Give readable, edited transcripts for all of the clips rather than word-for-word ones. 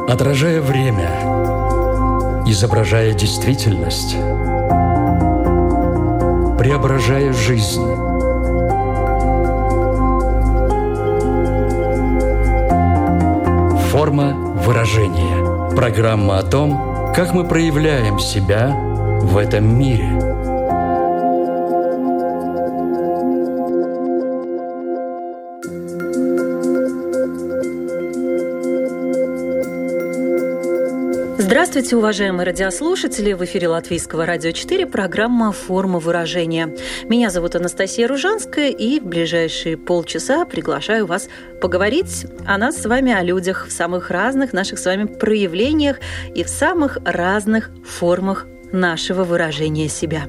Отражая время, изображая действительность, преображая жизнь. Форма выражения. Программа о том, как мы проявляем себя в этом мире. Здравствуйте, уважаемые радиослушатели! В эфире Латвийского радио 4 программа «Форма выражения». Меня зовут Анастасия Ружанская, и в ближайшие полчаса приглашаю вас поговорить о нас с вами, о людях в самых разных наших с вами проявлениях и в самых разных формах нашего выражения себя.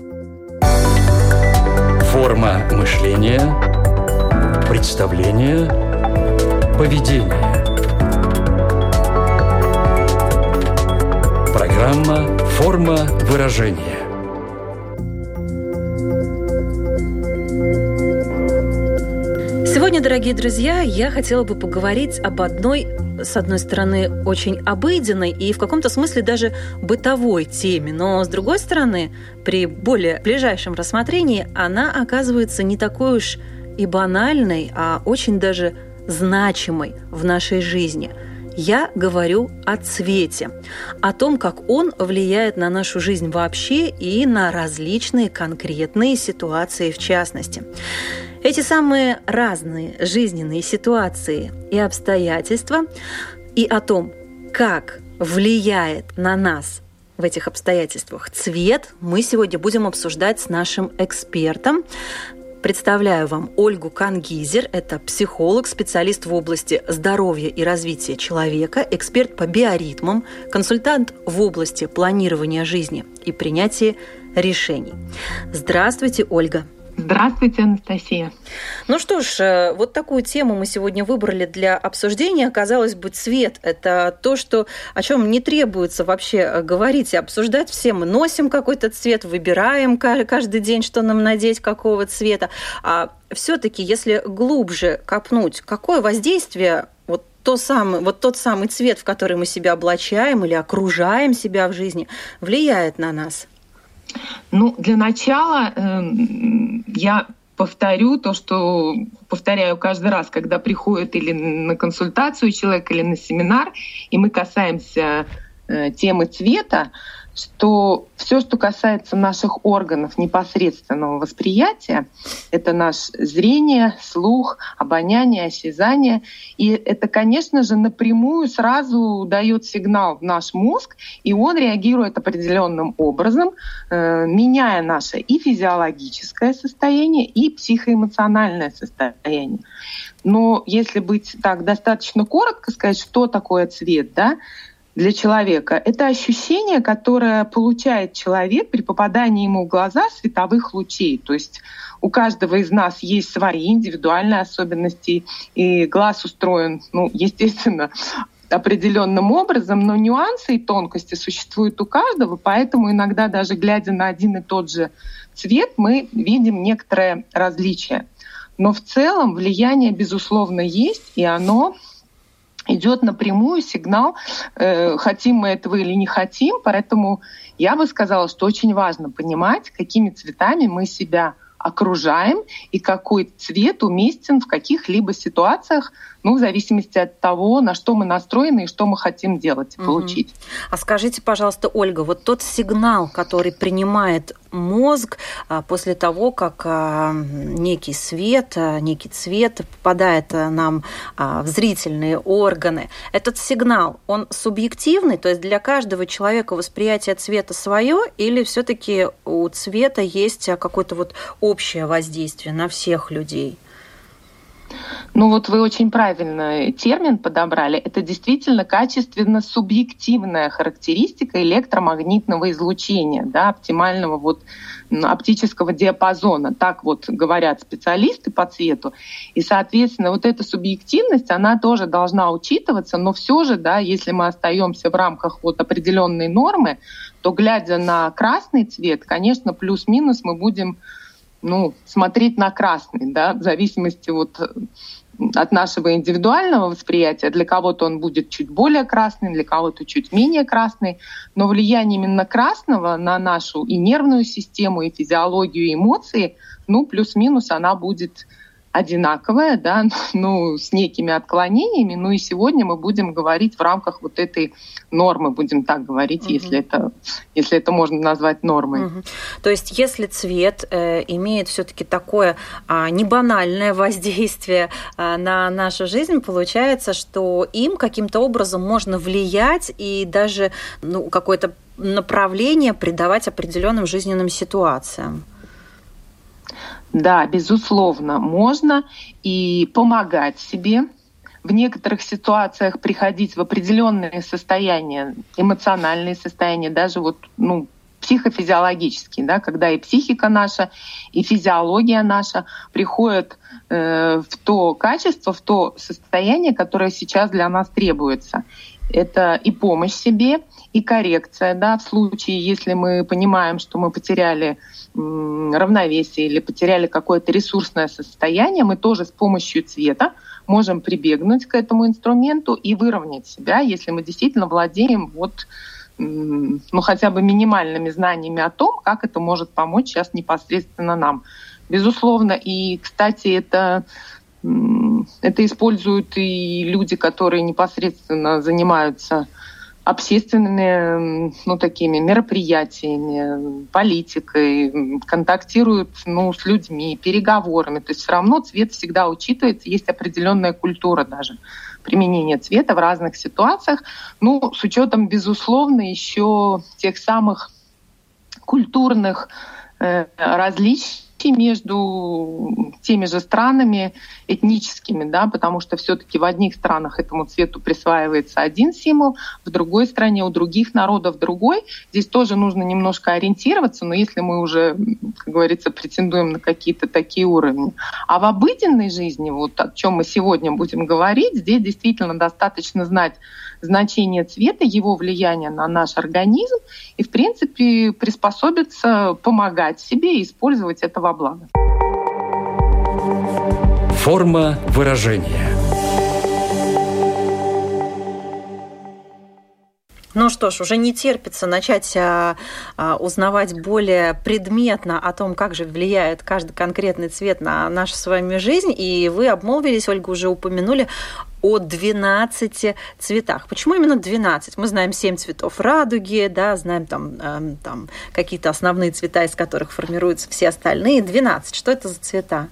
Форма мышления, представления, поведения. Программа «Форма выражения». Сегодня, дорогие друзья, я хотела бы поговорить об одной, с одной стороны, очень обыденной и в каком-то смысле даже бытовой теме, но с другой стороны, при более ближайшем рассмотрении она оказывается не такой уж и банальной, а очень даже значимой в нашей жизни. Я говорю о цвете, о том, как он влияет на нашу жизнь вообще и на различные конкретные ситуации в частности. Эти самые разные жизненные ситуации и обстоятельства, и о том, как влияет на нас в этих обстоятельствах цвет, мы сегодня будем обсуждать с нашим экспертом. Представляю вам Ольгу Кангизер. Это психолог, специалист в области здоровья и развития человека, эксперт по биоритмам, консультант в области планирования жизни и принятия решений. Здравствуйте, Ольга. Здравствуйте, Анастасия. Ну что ж, вот такую тему мы сегодня выбрали для обсуждения. Казалось бы, цвет – это то, о чем не требуется вообще говорить и обсуждать. Все мы носим какой-то цвет, выбираем каждый день, что нам надеть, какого цвета. А все-таки, если глубже копнуть, какое воздействие тот самый цвет, в который мы себя облачаем или окружаем себя в жизни, влияет на нас? Для начала я повторю то, что повторяю каждый раз, когда приходит или на консультацию человек, или на семинар, и мы касаемся темы цвета, что все, что касается наших органов непосредственного восприятия, это наше зрение, слух, обоняние, осязание. И это, конечно же, напрямую сразу дает сигнал в наш мозг, и он реагирует определенным образом, меняя наше и физиологическое состояние, и психоэмоциональное состояние. Но если быть так достаточно коротко сказать, что такое цвет, для человека, это ощущение, которое получает человек при попадании ему в глаза световых лучей. То есть у каждого из нас есть свои индивидуальные особенности, и глаз устроен, естественно, определенным образом, но нюансы и тонкости существуют у каждого, поэтому иногда даже глядя на один и тот же цвет, мы видим некоторое различие. Но в целом влияние, безусловно, есть, и оно идет напрямую сигнал, хотим мы этого или не хотим. Поэтому я бы сказала, что очень важно понимать, какими цветами мы себя окружаем и какой цвет уместен в каких-либо ситуациях, в зависимости от того, на что мы настроены и что мы хотим делать и получить. А скажите, пожалуйста, Ольга, вот тот сигнал, который принимает мозг после того, как некий цвет попадает нам в зрительные органы, этот сигнал, он субъективный, то есть для каждого человека восприятие цвета свое, или все-таки у цвета есть какое-то общее воздействие на всех людей? Вы очень правильный термин подобрали. Это действительно качественно субъективная характеристика электромагнитного излучения, оптимального оптического диапазона. Так говорят специалисты по цвету. И, соответственно, эта субъективность, она тоже должна учитываться, но все же, если мы остаемся в рамках определенной нормы, то, глядя на красный цвет, конечно, плюс-минус мы будем смотреть на красный, в зависимости от нашего индивидуального восприятия. Для кого-то он будет чуть более красный, для кого-то чуть менее красный. Но влияние именно красного на нашу и нервную систему, и физиологию, и эмоции, плюс-минус она будет одинаковая, да, с некими отклонениями. И сегодня мы будем говорить в рамках вот этой нормы, будем так говорить, если это можно назвать нормой. То есть если цвет имеет все-таки такое небанальное воздействие на нашу жизнь, получается, что им каким-то образом можно влиять и даже какое-то направление придавать определенным жизненным ситуациям. Да, безусловно, можно и помогать себе в некоторых ситуациях приходить в определенные состояния, эмоциональные состояния, даже психофизиологические, да, когда и психика наша, и физиология наша приходят в то качество, в то состояние, которое сейчас для нас требуется. Это и помощь себе, и коррекция, да, в случае, если мы понимаем, что мы потеряли равновесие или потеряли какое-то ресурсное состояние, мы тоже с помощью цвета можем прибегнуть к этому инструменту и выровнять себя, если мы действительно владеем хотя бы минимальными знаниями о том, как это может помочь сейчас непосредственно нам. Безусловно, и, кстати, это используют и люди, которые непосредственно занимаются общественными такими мероприятиями, политикой, контактируют с людьми, переговорами. То есть все равно цвет всегда учитывается, есть определенная культура даже применения цвета в разных ситуациях. С учетом, безусловно, еще тех самых культурных различий между теми же странами этническими, да, потому что все-таки в одних странах этому цвету присваивается один символ, в другой стране, у других народов другой. Здесь тоже нужно немножко ориентироваться, но если мы уже, как говорится, претендуем на какие-то такие уровни. А в обыденной жизни, о чем мы сегодня будем говорить, здесь действительно достаточно знать значение цвета, его влияние на наш организм и, в принципе, приспособиться, помогать себе и использовать это во благо. Форма выражения. Ну что ж, уже не терпится начать узнавать более предметно о том, как же влияет каждый конкретный цвет на нашу с вами жизнь. И вы обмолвились, Ольга, уже упомянули о 12 цветах. Почему именно 12? Мы знаем 7 цветов радуги, да, знаем там какие-то основные цвета, из которых формируются все остальные. 12. Что это за цвета?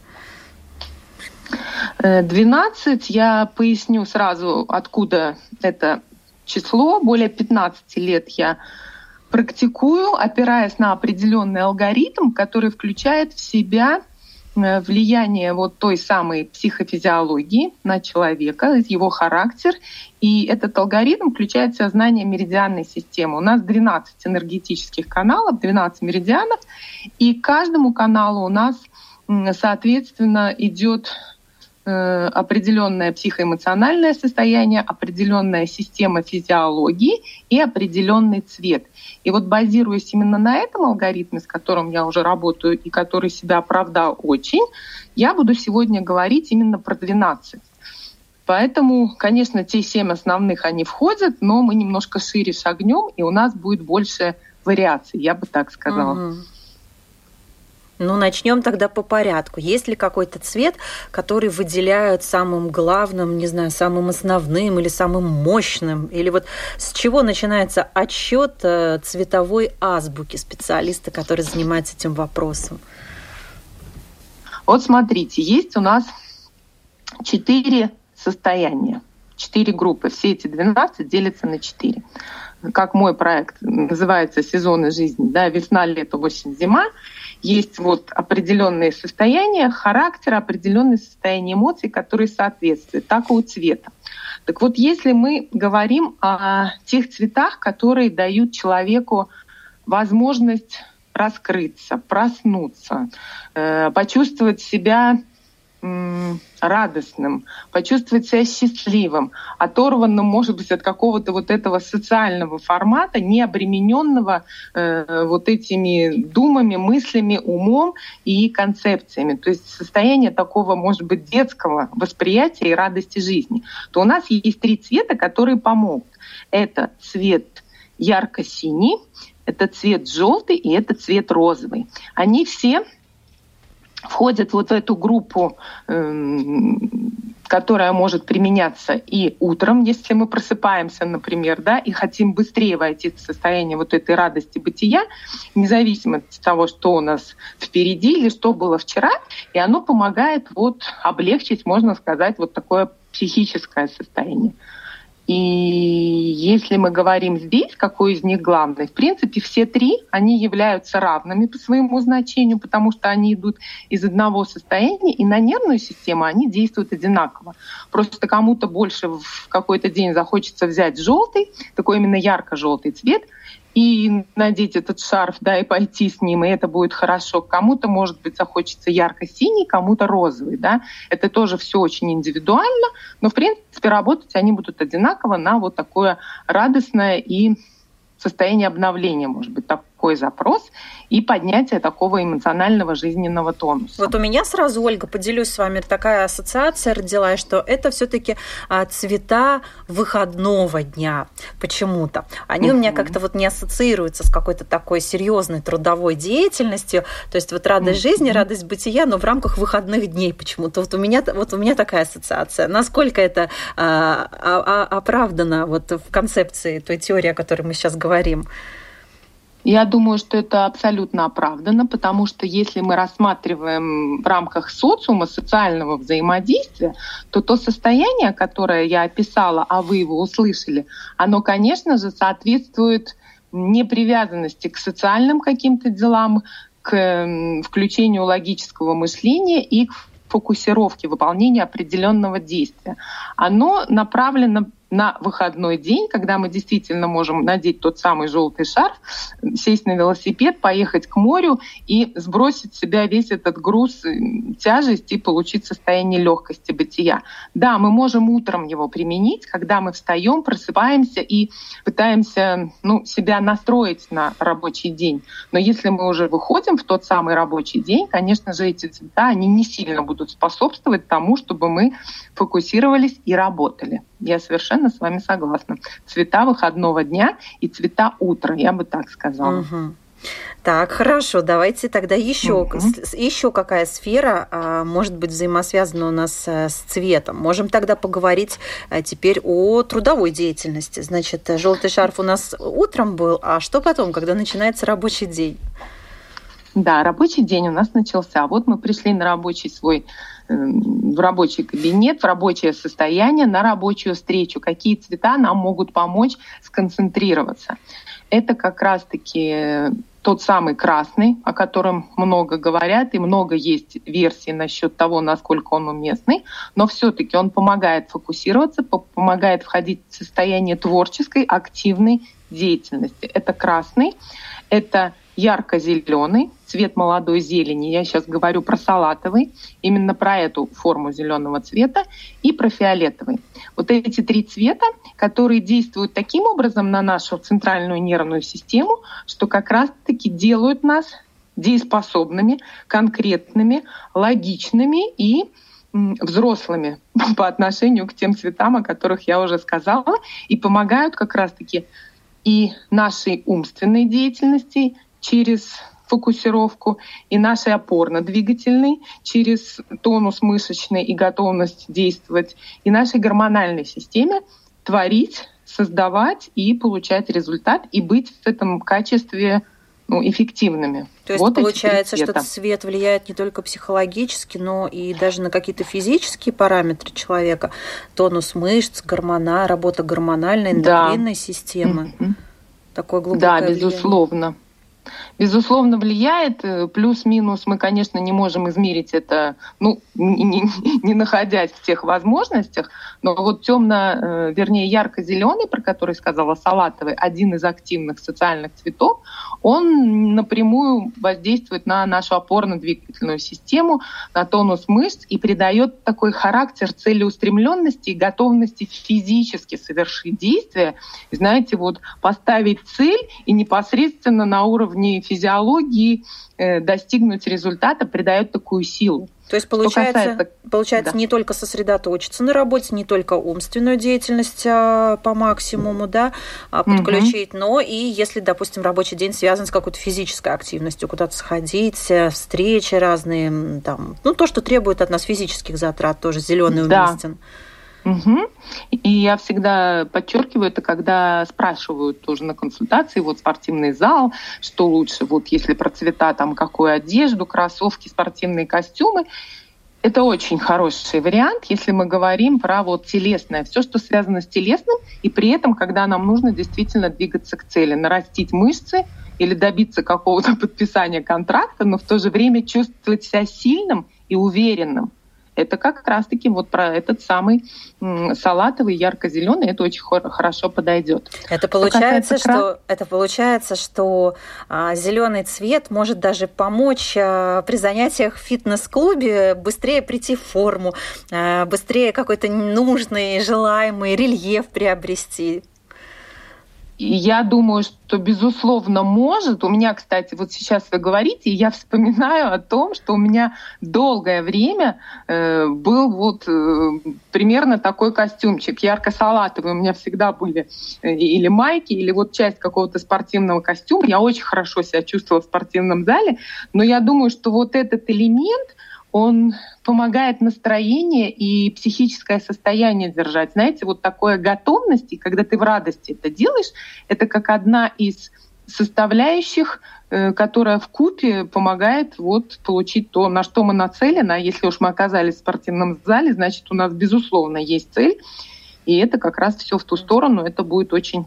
12, я поясню сразу, откуда это число. Более 15 лет я практикую, опираясь на определенный алгоритм, который включает в себя влияние той самой психофизиологии на человека, его характер. И этот алгоритм включает в себя знание меридианной системы. У нас 12 энергетических каналов, 12 меридианов, и к каждому каналу у нас, соответственно, идет определенное психоэмоциональное состояние, определенная система физиологии и определенный цвет. И базируясь именно на этом алгоритме, с которым я уже работаю и который себя оправдал очень, я буду сегодня говорить именно про 12. Поэтому, конечно, те 7 основных, они входят, но мы немножко шире шагнем, и у нас будет больше вариаций, я бы так сказала. Начнем тогда по порядку. Есть ли какой-то цвет, который выделяют самым главным, не знаю, самым основным или самым мощным? Или с чего начинается отсчет цветовой азбуки специалиста, который занимается этим вопросом? Смотрите, есть у нас 4 состояния, 4 группы. Все эти 12 делятся на 4. Как мой проект называется «Сезоны жизни», да, весна, лето, осень, зима. Есть определенные состояния характера, определенные состояния эмоций, которые соответствуют. Так и у цвета. Так если мы говорим о тех цветах, которые дают человеку возможность раскрыться, проснуться, почувствовать себя радостным, почувствовать себя счастливым, оторванным, может быть, от какого-то вот этого социального формата, не обремененного вот этими думами, мыслями, умом и концепциями. То есть состояние такого, может быть, детского восприятия и радости жизни. То у нас есть 3 цвета, которые помогут. Это цвет ярко-синий, это цвет желтый и это цвет розовый. Они все входят вот в эту группу, которая может применяться и утром, если мы просыпаемся, например, да, и хотим быстрее войти в состояние вот этой радости бытия, независимо от того, что у нас впереди или что было вчера, и оно помогает вот облегчить, можно сказать, вот такое психическое состояние. И если мы говорим здесь, какой из них главный, в принципе, все 3, они являются равными по своему значению, потому что они идут из одного состояния, и на нервную систему они действуют одинаково. Просто кому-то больше в какой-то день захочется взять желтый, такой именно ярко-желтый цвет, и надеть этот шарф, да, и пойти с ним, и это будет хорошо. Кому-то, может быть, захочется ярко-синий, кому-то розовый, да. Это тоже все очень индивидуально, но, в принципе, работать они будут одинаково на вот такое радостное и состояние обновления, может быть, такой запрос, и поднятие такого эмоционального жизненного тонуса. Вот у меня сразу, Ольга, поделюсь с вами, такая ассоциация родилась, что это все-таки цвета выходного дня почему-то. Они у меня как-то вот не ассоциируются с какой-то такой серьезной трудовой деятельностью, то есть вот радость жизни, радость бытия, но в рамках выходных дней почему-то. Вот у меня такая ассоциация. Насколько это оправдано вот в концепции той теории, о которой мы сейчас говорим? Я думаю, что это абсолютно оправдано, потому что если мы рассматриваем в рамках социума, социального взаимодействия, то состояние, которое я описала, а вы его услышали, оно, конечно же, соответствует непривязанности к социальным каким-то делам, к включению логического мышления и к фокусировке, выполнения определенного действия. Оно направлено на выходной день, когда мы действительно можем надеть тот самый желтый шарф, сесть на велосипед, поехать к морю и сбросить с себя весь этот груз, тяжесть и получить состояние легкости бытия. Да, мы можем утром его применить, когда мы встаем, просыпаемся и пытаемся себя настроить на рабочий день. Но если мы уже выходим в тот самый рабочий день, конечно же, эти цвета, они не сильно будут способствовать тому, чтобы мы фокусировались и работали. Я совершенно с вами согласна. Цвета выходного дня и цвета утра, я бы так сказала. Угу. Так, хорошо, давайте тогда еще какая сфера может быть взаимосвязана у нас с цветом. Можем тогда поговорить теперь о трудовой деятельности. Значит, желтый шарф у нас утром был, а что потом, когда начинается рабочий день? Да, рабочий день у нас начался. Вот мы пришли на в рабочий кабинет, в рабочее состояние, на рабочую встречу. Какие цвета нам могут помочь сконцентрироваться? Это как раз-таки тот самый красный, о котором много говорят, и много есть версий насчет того, насколько он уместный, но все-таки он помогает фокусироваться, помогает входить в состояние творческой, активной деятельности. Это красный, это ярко-зеленый, цвет молодой зелени. Я сейчас говорю про салатовый, именно про эту форму зеленого цвета, и про фиолетовый. Вот эти 3 цвета, которые действуют таким образом на нашу центральную нервную систему, что как раз-таки делают нас дееспособными, конкретными, логичными и взрослыми по отношению к тем цветам, о которых я уже сказала, и помогают как раз-таки и нашей умственной деятельности через фокусировку, и нашей опорно-двигательной через тонус мышечный и готовность действовать, и нашей гормональной системе творить, создавать и получать результат, и быть в этом качестве эффективными. То есть получается, что этот цвет влияет не только психологически, но и даже на какие-то физические параметры человека. Тонус мышц, работа гормональной, эндокринной системы. Такое глубокое влияние. Да, безусловно. Безусловно, влияет. Плюс-минус мы, конечно, не можем измерить это, не находясь в тех возможностях, но вот ярко-зеленый, про который сказала, салатовый, один из активных социальных цветов, он напрямую воздействует на нашу опорно-двигательную систему, на тонус мышц и придает такой характер целеустремленности и готовности физически совершить действие. Знаете, вот поставить цель и непосредственно на уровне физиологии достигнуть результата придает такую силу. То есть получается да. Не только сосредоточиться на работе, не только умственную деятельность по максимуму подключить, но и если, допустим, рабочий день связан с какой-то физической активностью, куда-то сходить, встречи разные, то, что требует от нас физических затрат, тоже зеленый уместен. Угу. И я всегда подчеркиваю это, когда спрашивают тоже на консультации, спортивный зал, что лучше, если про цвета, какую одежду, кроссовки, спортивные костюмы. Это очень хороший вариант, если мы говорим про телесное, все, что связано с телесным, и при этом, когда нам нужно действительно двигаться к цели, нарастить мышцы или добиться какого-то подписания контракта, но в то же время чувствовать себя сильным и уверенным. Это как раз-таки про этот самый салатовый, ярко-зеленый, это очень хорошо подойдет. Это получается, что зеленый цвет может даже помочь при занятиях в фитнес-клубе быстрее прийти в форму, быстрее какой-то нужный, желаемый рельеф приобрести. Я думаю, что, безусловно, может. У меня, кстати, сейчас вы говорите, и я вспоминаю о том, что у меня долгое время был примерно такой костюмчик, ярко-салатовый. У меня всегда были или майки, или часть какого-то спортивного костюма. Я очень хорошо себя чувствовала в спортивном зале, но я думаю, что этот элемент, он помогает настроение и психическое состояние держать. Знаете, такое готовность, и когда ты в радости это делаешь, это как одна из составляющих, которая вкупе помогает получить то, на что мы нацелены. А если уж мы оказались в спортивном зале, значит, у нас, безусловно, есть цель. И это как раз все в ту сторону. Это будет очень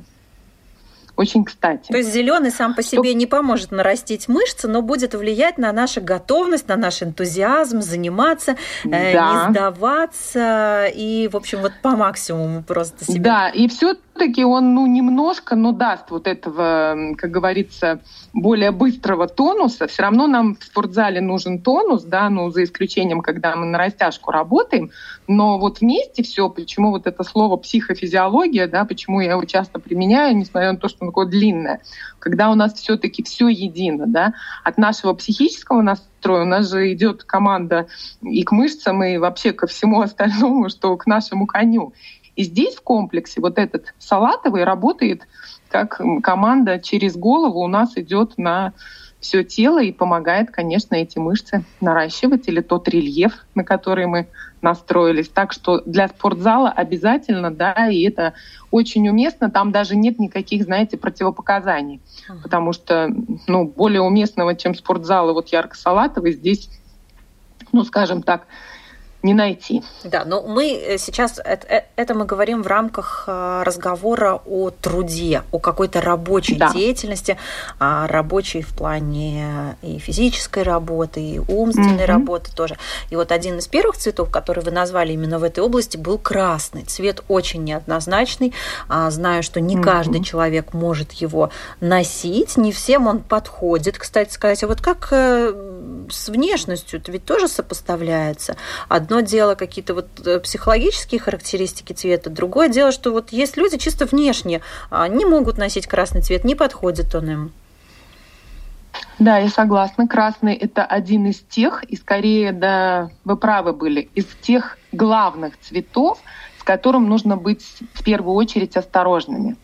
кстати. То есть зеленый сам по себе не поможет нарастить мышцы, но будет влиять на нашу готовность, на наш энтузиазм, заниматься, не сдаваться и, в общем, по максимуму просто себя. Да, и все-таки он, немножко, даст этого, как говорится, более быстрого тонуса. Все равно нам в спортзале нужен тонус, за исключением, когда мы на растяжку работаем. Но вместе все, почему это слово психофизиология, почему я его часто применяю, несмотря на то, что оно такое длинное, когда у нас все-таки все едино, от нашего психического настроя у нас же идет команда и к мышцам, и вообще ко всему остальному, что к нашему коню. И здесь в комплексе этот салатовый работает как команда через голову, у нас идет на все тело и помогает, конечно, эти мышцы наращивать или тот рельеф, на который мы настроились. Так что для спортзала обязательно, и это очень уместно. Там даже нет никаких, противопоказаний. Потому что, более уместного, чем спортзалы ярко-салатовый, здесь, скажем так, не найти. Да, но мы сейчас, это мы говорим в рамках разговора о труде, о какой-то рабочей деятельности, рабочей в плане и физической работы, и умственной работы тоже. И один из первых цветов, который вы назвали именно в этой области, был красный. Цвет очень неоднозначный. Знаю, что не каждый человек может его носить, не всем он подходит. Кстати сказать, как с внешностью это ведь тоже сопоставляется. Одно дело какие-то психологические характеристики цвета, другое дело, что есть люди чисто внешне не могут носить красный цвет, не подходит он им. Да, я согласна. Красный – это один из тех, и скорее, вы правы были, из тех главных цветов, с которым нужно быть в первую очередь осторожными.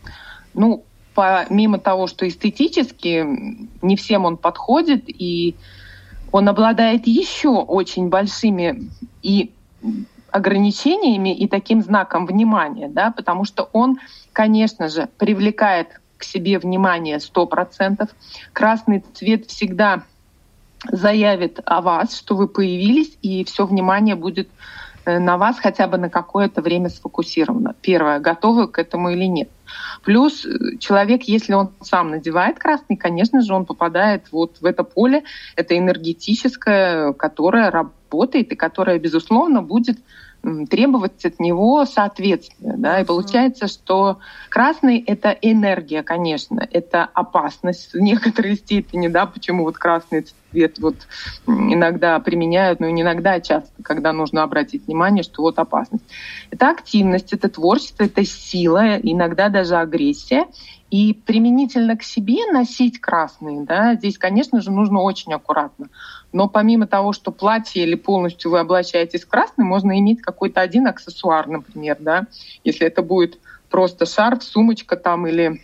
Помимо того, что эстетически не всем он подходит, и он обладает еще очень большими и ограничениями, и таким знаком внимания, потому что он, конечно же, привлекает к себе внимание 100%. Красный цвет всегда заявит о вас, что вы появились, и все внимание будет на вас хотя бы на какое-то время сфокусировано. Первое, готовы к этому или нет. Плюс человек, если он сам надевает красный, конечно же, он попадает вот в это поле, это энергетическое, которое работает и которое, безусловно, будет требовать от него соответствия. Да? И получается, что красный — это энергия, конечно, это опасность в некоторой степени, да, почему вот красный цвет вот иногда применяют, но не иногда, а часто, когда нужно обратить внимание, что вот опасность. Это активность, это творчество, это сила, иногда даже агрессия. И применительно к себе носить красный, да, здесь, конечно же, нужно очень аккуратно. Но помимо того, что платье или полностью вы облачаетесь в красный, можно иметь какой-то один аксессуар, например, да, если это будет просто шарф, сумочка там или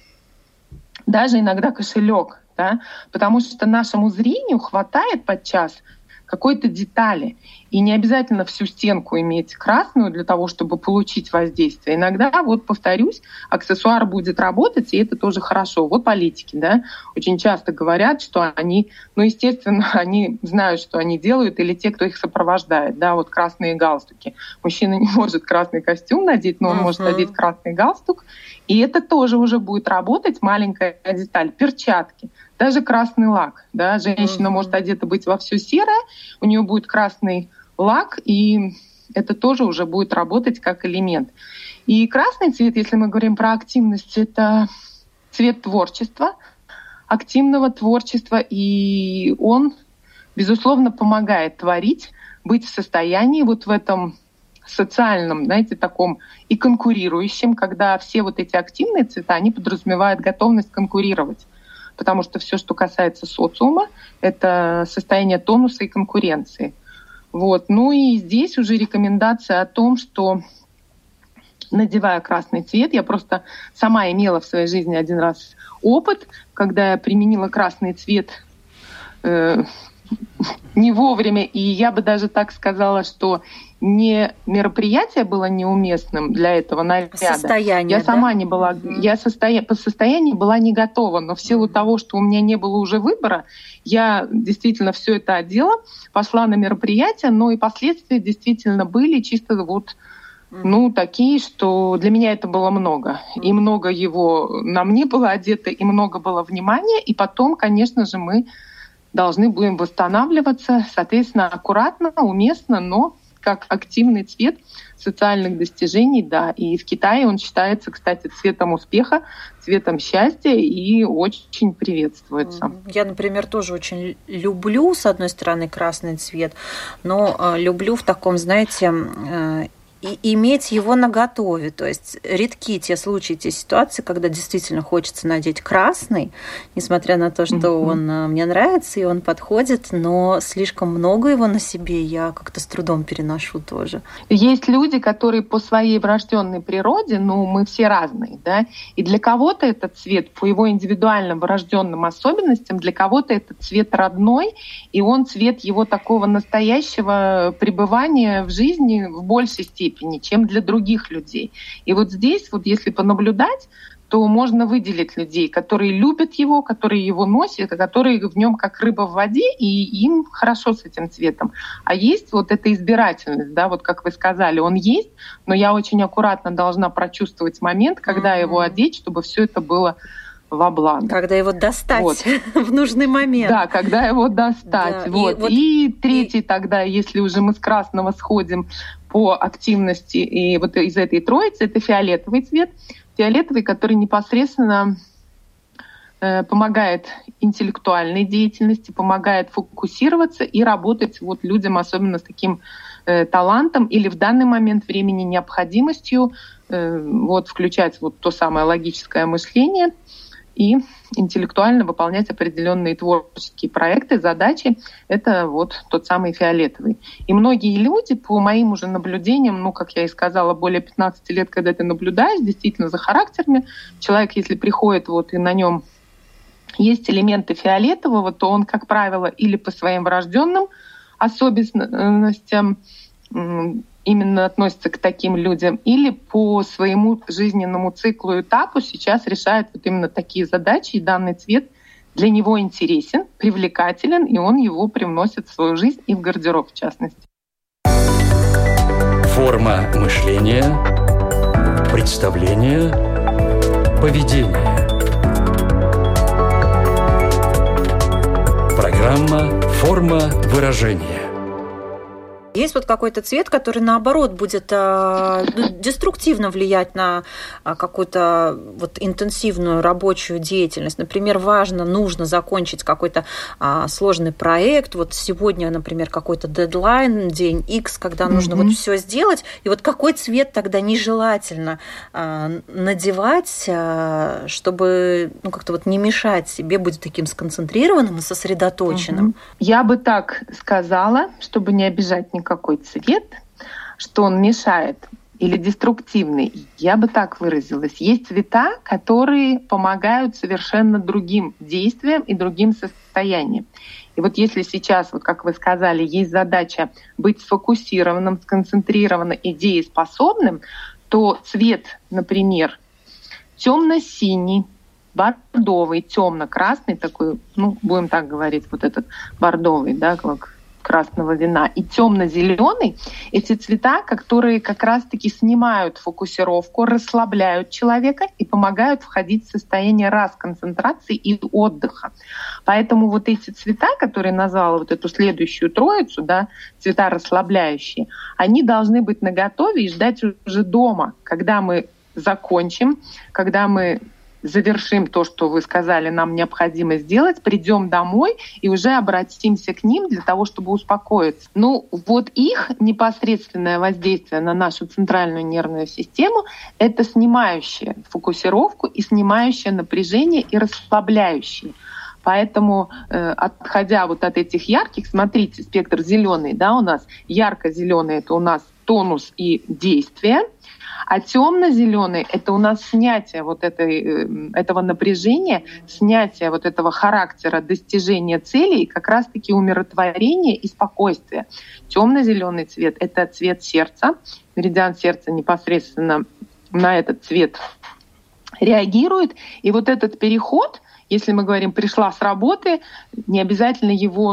даже иногда кошелек, да, потому что нашему зрению хватает подчас какой-то детали. И не обязательно всю стенку иметь красную для того, чтобы получить воздействие. Иногда, вот повторюсь, аксессуар будет работать, и это тоже хорошо. Вот политики, да, очень часто говорят, что они, ну, естественно, они знают, что они делают, или те, кто их сопровождает, да, вот красные галстуки. Мужчина не может красный костюм надеть, но он может надеть красный галстук, и это тоже уже будет работать. Маленькая деталь, перчатки. Даже красный лак. Да? Женщина может одета быть во все серое, у нее будет красный лак, и это тоже уже будет работать как элемент. И красный цвет, если мы говорим про активность, это цвет творчества, активного творчества, и он, безусловно, помогает творить, быть в состоянии вот в этом социальном, знаете, таком и конкурирующем, когда все вот эти активные цвета, они подразумевают готовность конкурировать. Потому что все, что касается социума, это состояние тонуса и конкуренции. Вот. Ну и здесь уже рекомендация о том, что, надевая красный цвет, я просто сама имела в своей жизни один раз опыт, когда я применила красный цвет не вовремя, и я бы даже так сказала, что не мероприятие было неуместным для этого наряда. Состояние, я сама не была, я по состоянию была не готова, но в силу того, что у меня не было уже выбора, я действительно все это одела, пошла на мероприятие, но и последствия действительно были чисто вот такие, что для меня это было много. И много его на мне было одето, и много было внимания, и потом, конечно же, мы должны будем восстанавливаться, соответственно, аккуратно, уместно, но как активный цвет социальных достижений, да. И в Китае он считается, кстати, цветом успеха, цветом счастья и очень приветствуется. Я, например, тоже очень люблю, с одной стороны, красный цвет, но люблю в таком, знаете, и иметь его наготове. То есть редки те случаи, те ситуации, когда действительно хочется надеть красный, несмотря на то, что он мне нравится и он подходит, но слишком много его на себе я как-то с трудом переношу тоже. Есть люди, которые по своей врожденной природе, мы все разные, да, и для кого-то этот цвет по его индивидуальным врожденным особенностям, для кого-то этот цвет родной, и он цвет его такого настоящего пребывания в жизни в большей степени, чем для других людей. И вот здесь, вот если понаблюдать, то можно выделить людей, которые любят его, которые его носят, которые в нем как рыба в воде, и им хорошо с этим цветом. А есть вот эта избирательность, да, вот как вы сказали, он есть, но я очень аккуратно должна прочувствовать момент, когда его одеть, чтобы все это было во благо. Когда его достать в нужный момент. Да, когда его достать. Да. Вот. И третий тогда, если уже мы с красного сходим по активности, и вот из этой троицы, это фиолетовый цвет. Фиолетовый, который непосредственно помогает интеллектуальной деятельности, помогает фокусироваться и работать вот людям, особенно с таким талантом или в данный момент времени необходимостью включать вот то самое логическое мышление и интеллектуально выполнять определенные творческие проекты, задачи. Это вот тот самый фиолетовый. И многие люди, по моим уже наблюдениям, как я и сказала, более 15 лет, когда ты наблюдаешь, действительно за характерами, человек, если приходит и на нем есть элементы фиолетового, то он, как правило, или по своим врожденным особенностям именно относится к таким людям, или по своему жизненному циклу и этапу сейчас решает вот именно такие задачи, и данный цвет для него интересен, привлекателен, и он его привносит в свою жизнь и в гардероб, в частности. Форма мышления, представление, поведение. Программа «Форма выражения». Есть вот какой-то цвет, который, наоборот, будет деструктивно влиять на какую-то вот интенсивную рабочую деятельность. Например, нужно закончить какой-то сложный проект. Вот сегодня, например, какой-то дедлайн, день X, когда нужно вот все сделать. И вот какой цвет тогда нежелательно надевать, чтобы как-то вот не мешать себе, быть таким сконцентрированным и сосредоточенным? Я бы так сказала, чтобы не обижать никакой цвет, что он мешает или деструктивный. Я бы так выразилась. Есть цвета, которые помогают совершенно другим действиям и другим состояниям. И вот если сейчас, вот как вы сказали, есть задача быть сфокусированным, сконцентрированным и дееспособным, то цвет, например, темно-синий, бордовый, темно-красный такой, будем так говорить, вот этот бордовый, да, как красного вина, и темно-зеленый, эти цвета, которые как раз-таки снимают фокусировку, расслабляют человека и помогают входить в состояние расконцентрации и отдыха. Поэтому вот эти цвета, которые назвала вот эту следующую троицу, да, цвета расслабляющие, они должны быть наготове и ждать уже дома, когда мы закончим, когда мы завершим то, что вы сказали, нам необходимо сделать, придем домой и уже обратимся к ним для того, чтобы успокоиться. Вот их непосредственное воздействие на нашу центральную нервную систему — это снимающее фокусировку и снимающее напряжение и расслабляющее. Поэтому, отходя вот от этих ярких, смотрите, спектр зеленый, да, у нас ярко-зеленый — это у нас тонус и действие, а темно-зеленый — это у нас снятие вот этого напряжения, снятие вот этого характера достижения целей и как раз-таки умиротворение и спокойствие. Темно-зеленый цвет — это цвет сердца. Меридиан сердца непосредственно на этот цвет реагирует. И вот этот переход, если мы говорим «пришла с работы», не обязательно его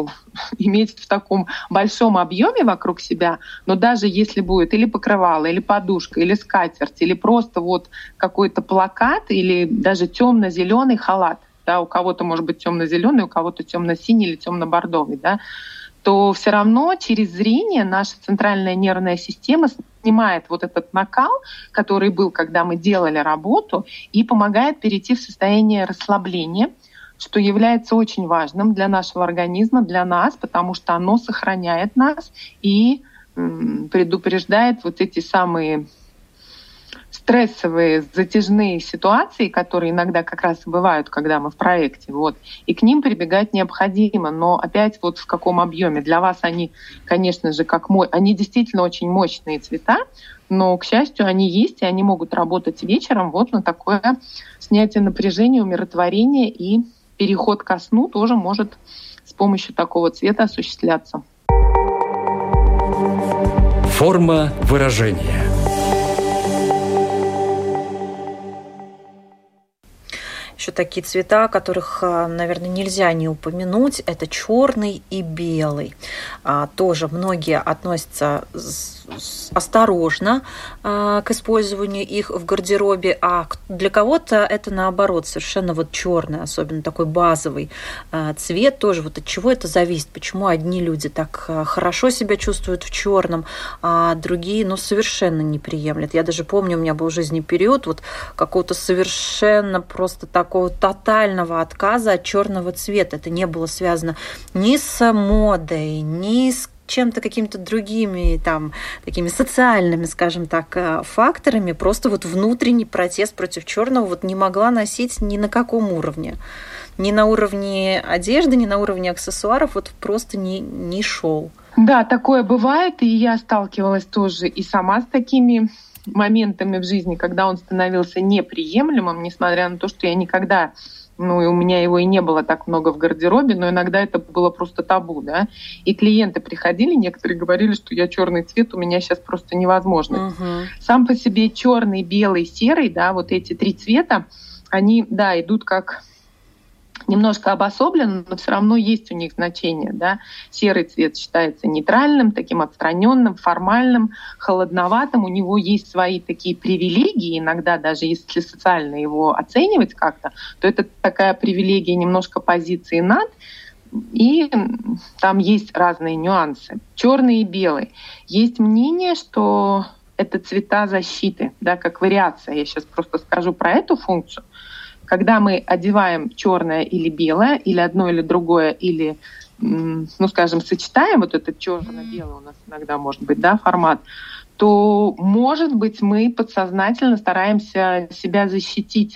иметь в таком большом объеме вокруг себя, но даже если будет или покрывало, или подушка, или скатерть, или просто вот какой-то плакат, или даже темно-зеленый халат, да, у кого-то может быть темно-зеленый, у кого-то темно-синий или темно-бордовый, да, то все равно через зрение наша центральная нервная система снимает вот этот накал, который был, когда мы делали работу, и помогает перейти в состояние расслабления, что является очень важным для нашего организма, для нас, потому что оно сохраняет нас и предупреждает вот эти самые стрессовые, затяжные ситуации, которые иногда как раз и бывают, когда мы в проекте. Вот. И к ним прибегать необходимо. Но опять вот в каком объеме. Для вас они, конечно же, они действительно очень мощные цвета, но, к счастью, они есть, и они могут работать вечером вот на такое снятие напряжения, умиротворение, и переход ко сну тоже может с помощью такого цвета осуществляться. Форма выражения. Еще такие цвета, которых, наверное, нельзя не упомянуть, это черный и белый. Тоже многие относятся осторожно к использованию их в гардеробе, а для кого-то это наоборот совершенно вот черный, особенно такой базовый цвет. Тоже вот от чего это зависит, почему одни люди так хорошо себя чувствуют в черном, а другие совершенно не приемлят. Я даже помню, у меня был в жизни период вот какого-то совершенно просто такого тотального отказа от черного цвета. Это не было связано ни с модой, ни с чем-то, какими-то другими такими социальными, скажем так, факторами. Просто вот внутренний протест против черного вот не могла носить ни на каком уровне. Ни на уровне одежды, ни на уровне аксессуаров, вот просто не шел. Да, такое бывает, и я сталкивалась тоже и сама с такими моментами в жизни, когда он становился неприемлемым, несмотря на то, что я никогда, и у меня его и не было так много в гардеробе, но иногда это было просто табу, да. И клиенты приходили, некоторые говорили, что я черный цвет, у меня сейчас просто невозможно. Сам по себе черный, белый, серый, да, вот эти три цвета, они, да, идут как немножко обособлен, но все равно есть у них значение. Да? Серый цвет считается нейтральным, таким отстраненным, формальным, холодноватым. У него есть свои такие привилегии, иногда даже если социально его оценивать как-то, то это такая привилегия немножко позиции над, и там есть разные нюансы. Черный и белый. Есть мнение, что это цвета защиты, да, как вариация. Я сейчас просто скажу про эту функцию. Когда мы одеваем черное или белое, или одно или другое, или, скажем, сочетаем вот этот черно-белый, у нас иногда может быть, да, формат, то, может быть, мы подсознательно стараемся себя защитить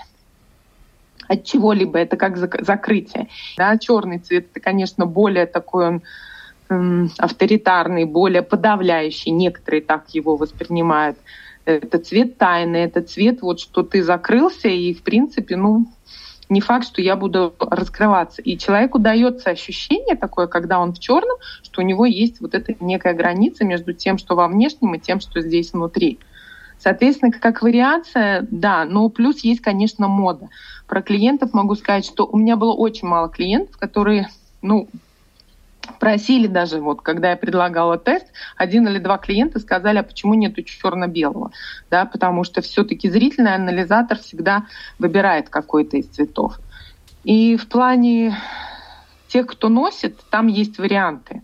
от чего-либо. Это как закрытие. Да, черный цвет, это, конечно, более такой он авторитарный, более подавляющий. Некоторые так его воспринимают. Это цвет тайны, это цвет, вот, что ты закрылся, и, в принципе, не факт, что я буду раскрываться. И человеку дается ощущение такое, когда он в черном, что у него есть вот эта некая граница между тем, что во внешнем, и тем, что здесь внутри. Соответственно, как вариация, да, но плюс есть, конечно, мода. Про клиентов могу сказать, что у меня было очень мало клиентов, которые, просили даже, вот, когда я предлагала тест, 1 или 2 клиента сказали, а почему нету черно-белого? Да, потому что все-таки зрительный анализатор всегда выбирает какой-то из цветов. И в плане тех, кто носит, там есть варианты.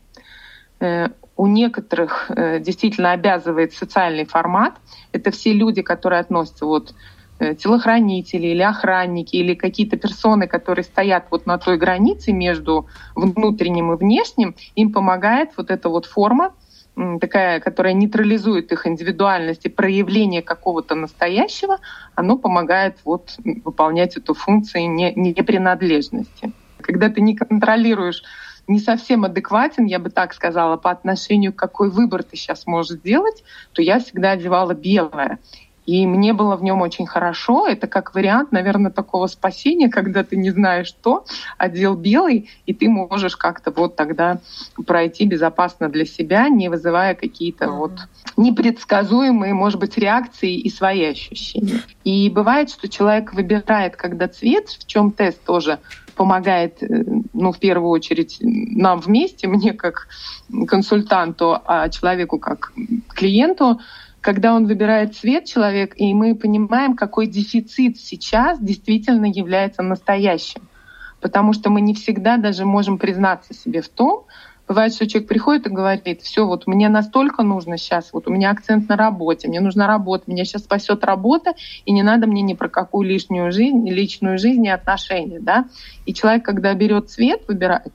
У некоторых действительно обязывает социальный формат. Это все люди, которые относятся телохранители или охранники, или какие-то персоны, которые стоят вот на той границе между внутренним и внешним, им помогает вот эта вот форма, такая, которая нейтрализует их индивидуальность и проявление какого-то настоящего, оно помогает выполнять эту функцию непринадлежности. Когда ты не контролируешь, не совсем адекватен, я бы так сказала, по отношению к какой выбор ты сейчас можешь сделать, то я всегда одевала белое. И мне было в нем очень хорошо. Это как вариант, наверное, такого спасения, когда ты не знаешь что, одел белый, и ты можешь как-то тогда пройти безопасно для себя, не вызывая какие-то непредсказуемые, может быть, реакции и свои ощущения. И бывает, что человек выбирает, когда цвет, в чем тест тоже помогает, в первую очередь, нам вместе, мне как консультанту, а человеку как клиенту, когда он выбирает цвет, человек, и мы понимаем, какой дефицит сейчас действительно является настоящим. Потому что мы не всегда даже можем признаться себе в том, бывает, что человек приходит и говорит, все, мне настолько нужно сейчас, у меня акцент на работе, мне нужна работа, меня сейчас спасет работа, и не надо мне ни про какую лишнюю жизнь и отношения. Да? И человек, когда берет цвет, выбирает,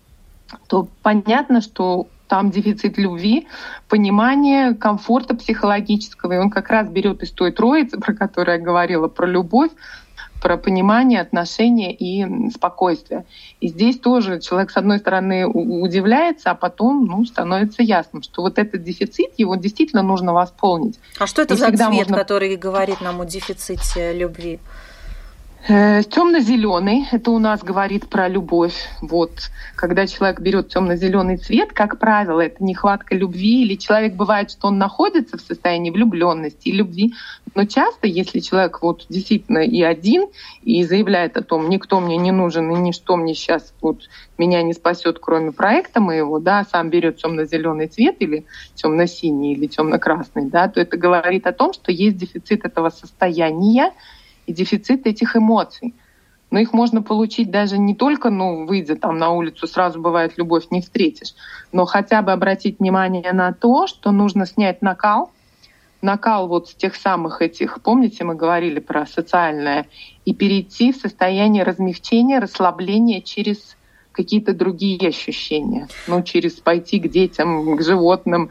то понятно, что там дефицит любви, понимания, комфорта психологического. И он как раз берет из той троицы, про которую я говорила, про любовь, про понимание, отношения и спокойствие. И здесь тоже человек, с одной стороны, удивляется, а потом становится ясным, что этот дефицит, его действительно нужно восполнить. А что это за цвет, который говорит нам о дефиците любви? Темно-зеленый, это у нас говорит про любовь. Когда человек берет темно-зеленый цвет, как правило, это нехватка любви, или человек бывает, что он находится в состоянии влюбленности и любви. Но часто, если человек действительно и один, и заявляет о том, никто мне не нужен, и ничто мне сейчас меня не спасет, кроме проекта моего, да, сам берет темно-зеленый цвет или темно-синий, или темно-красный, да, то это говорит о том, что есть дефицит этого состояния, и дефицит этих эмоций. Но их можно получить даже не только, выйдя на улицу, сразу бывает, любовь не встретишь, но хотя бы обратить внимание на то, что нужно снять накал с тех самых этих, помните, мы говорили про социальное, и перейти в состояние размягчения, расслабления через какие-то другие ощущения. Через пойти к детям, к животным,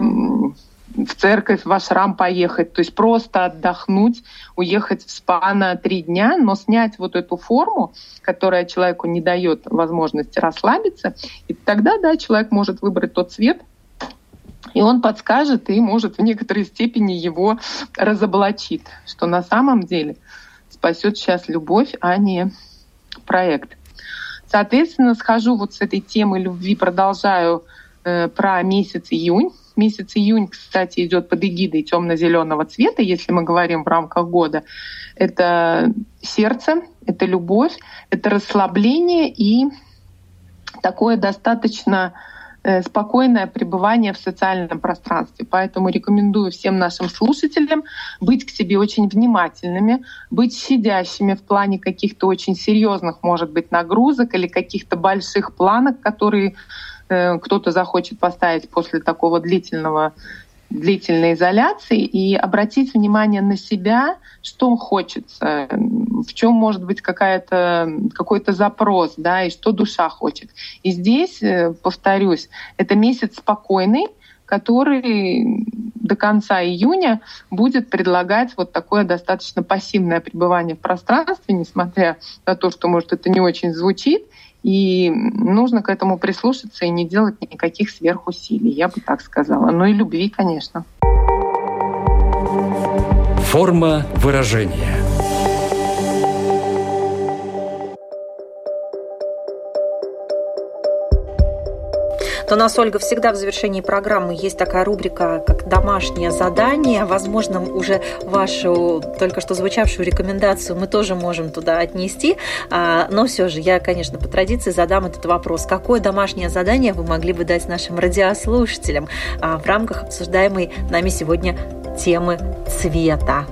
в церковь, в ашрам поехать, то есть просто отдохнуть, уехать в спа на 3 дня, но снять эту форму, которая человеку не дает возможности расслабиться, и тогда, да, человек может выбрать тот цвет, и он подскажет и может в некоторой степени его разоблачит, что на самом деле спасет сейчас любовь, а не проект. Соответственно, схожу с этой темы любви, продолжаю про месяц июнь. Месяц июнь, кстати, идет под эгидой темно-зеленого цвета, если мы говорим в рамках года. Это сердце, это любовь, это расслабление и такое достаточно спокойное пребывание в социальном пространстве. Поэтому рекомендую всем нашим слушателям быть к себе очень внимательными, быть щадящими в плане каких-то очень серьезных, может быть, нагрузок или каких-то больших планов, которые кто-то захочет поставить после такого длительной изоляции, и обратить внимание на себя, что хочется, в чем может быть какой-то запрос, да, и что душа хочет. И здесь, повторюсь, это месяц спокойный, который до конца июня будет предлагать вот такое достаточно пассивное пребывание в пространстве, несмотря на то, что, может, это не очень звучит, и нужно к этому прислушаться и не делать никаких сверхусилий, я бы так сказала. Ну и любви, конечно. Форма выражения. То у нас, Ольга, всегда в завершении программы есть такая рубрика, как «Домашнее задание». Возможно, уже вашу только что звучавшую рекомендацию мы тоже можем туда отнести. Но все же я, конечно, по традиции задам этот вопрос. Какое домашнее задание вы могли бы дать нашим радиослушателям в рамках обсуждаемой нами сегодня темы цвета?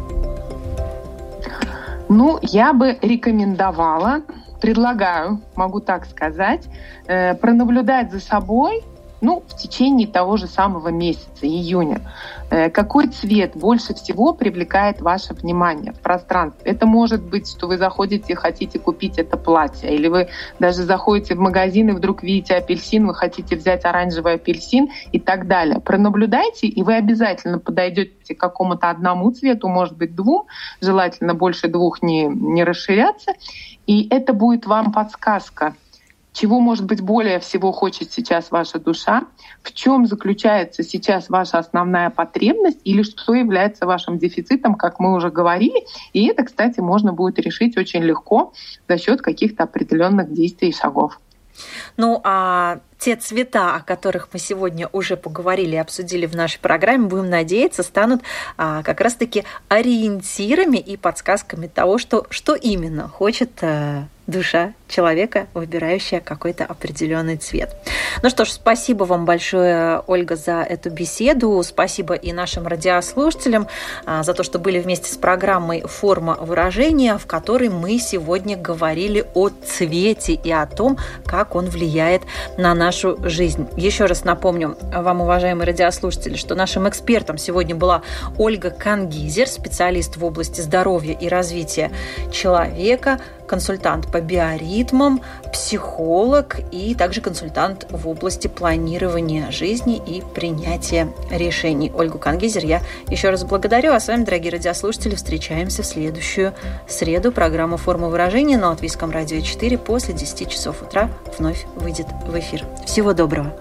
Ну, я бы рекомендовала, предлагаю, могу так сказать, пронаблюдать за собой, в течение того же самого месяца, июня. Какой цвет больше всего привлекает ваше внимание в пространстве? Это может быть, что вы заходите и хотите купить это платье, или вы даже заходите в магазин и вдруг видите апельсин, вы хотите взять оранжевый апельсин и так далее. Пронаблюдайте, и вы обязательно подойдете к какому-то одному цвету, может быть, двум, желательно больше двух не расширяться, и это будет вам подсказка, чего, может быть, более всего хочет сейчас ваша душа, в чем заключается сейчас ваша основная потребность или что является вашим дефицитом, как мы уже говорили. И это, кстати, можно будет решить очень легко за счет каких-то определенных действий и шагов. А те цвета, о которых мы сегодня уже поговорили и обсудили в нашей программе, будем надеяться, станут как раз-таки ориентирами и подсказками того, что именно хочет душа человека, выбирающая какой-то определенный цвет. Ну что ж, спасибо вам большое, Ольга, за эту беседу. Спасибо и нашим радиослушателям за то, что были вместе с программой «Форма выражения», в которой мы сегодня говорили о цвете и о том, как он влияет на нашу жизнь. Еще раз напомню вам, уважаемые радиослушатели, что нашим экспертом сегодня была Ольга Кангизер, специалист в области здоровья и развития человека, консультант по биоритмам, психолог и также консультант в области планирования жизни и принятия решений. Ольгу Кангизер я еще раз благодарю. А с вами, дорогие радиослушатели, встречаемся в следующую среду. Программа «Форма выражения» на Латвийском радио 4 после 10 часов утра вновь выйдет в эфир. Всего доброго.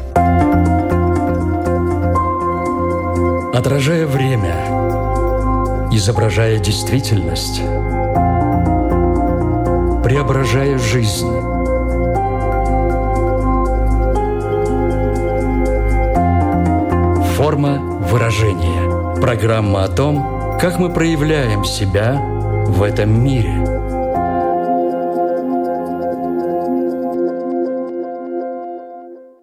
Отражая время, изображая действительность, преображая жизнь. Форма выражения. Программа о том, как мы проявляем себя в этом мире.